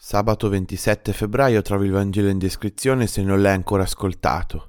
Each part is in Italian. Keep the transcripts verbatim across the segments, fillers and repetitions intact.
Sabato ventisette febbraio trovi il Vangelo in descrizione se non l'hai ancora ascoltato.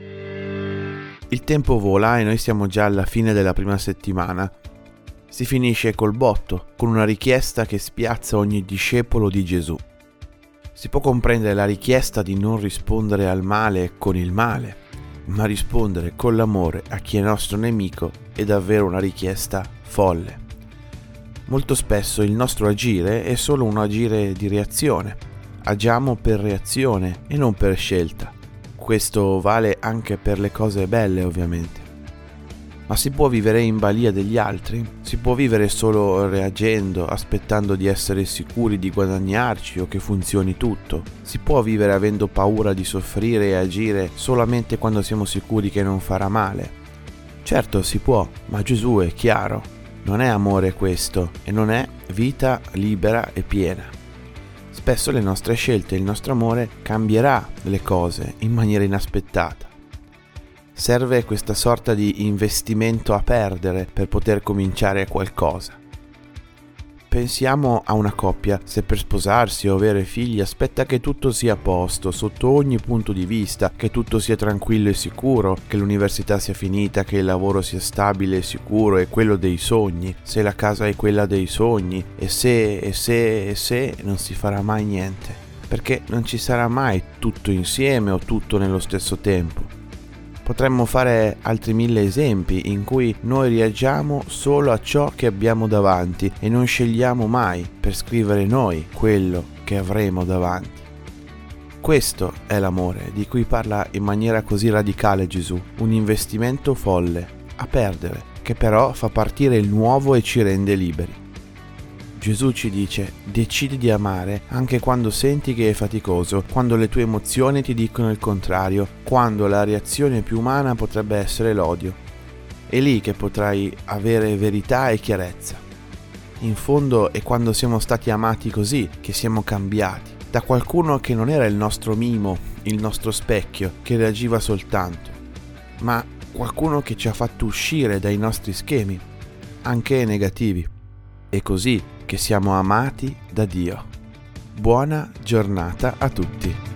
Il tempo vola e noi siamo già alla fine della prima settimana. Si finisce col botto, con una richiesta che spiazza ogni discepolo di Gesù. Si può comprendere la richiesta di non rispondere al male con il male, ma rispondere con l'amore a chi è nostro nemico è davvero una richiesta folle. Molto spesso il nostro agire è solo un agire di reazione. Agiamo per reazione e non per scelta. Questo vale anche per le cose belle, ovviamente. Ma si può vivere in balia degli altri? Si può vivere solo reagendo, aspettando di essere sicuri di guadagnarci o che funzioni tutto? Si può vivere avendo paura di soffrire e agire solamente quando siamo sicuri che non farà male? Certo si può, ma Gesù è chiaro. Non è amore questo e non è vita libera e piena. Spesso le nostre scelte e il nostro amore cambierà le cose in maniera inaspettata. Serve questa sorta di investimento a perdere per poter cominciare qualcosa. Pensiamo a una coppia, se per sposarsi o avere figli aspetta che tutto sia a posto sotto ogni punto di vista, che tutto sia tranquillo e sicuro, che l'università sia finita, che il lavoro sia stabile e sicuro e quello dei sogni, se la casa è quella dei sogni, e se, e se, e se, non si farà mai niente, perché non ci sarà mai tutto insieme o tutto nello stesso tempo. Potremmo fare altri mille esempi in cui noi reagiamo solo a ciò che abbiamo davanti e non scegliamo mai per scrivere noi quello che avremo davanti. Questo è l'amore di cui parla in maniera così radicale Gesù, un investimento folle, a perdere, che però fa partire il nuovo e ci rende liberi. Gesù ci dice: decidi di amare anche quando senti che è faticoso, quando le tue emozioni ti dicono il contrario, quando la reazione più umana potrebbe essere l'odio. È lì che potrai avere verità e chiarezza. In fondo è quando siamo stati amati così che siamo cambiati, da qualcuno che non era il nostro mimo, il nostro specchio, che reagiva soltanto, ma qualcuno che ci ha fatto uscire dai nostri schemi, anche negativi. È così che siamo amati da Dio. Buona giornata a tutti.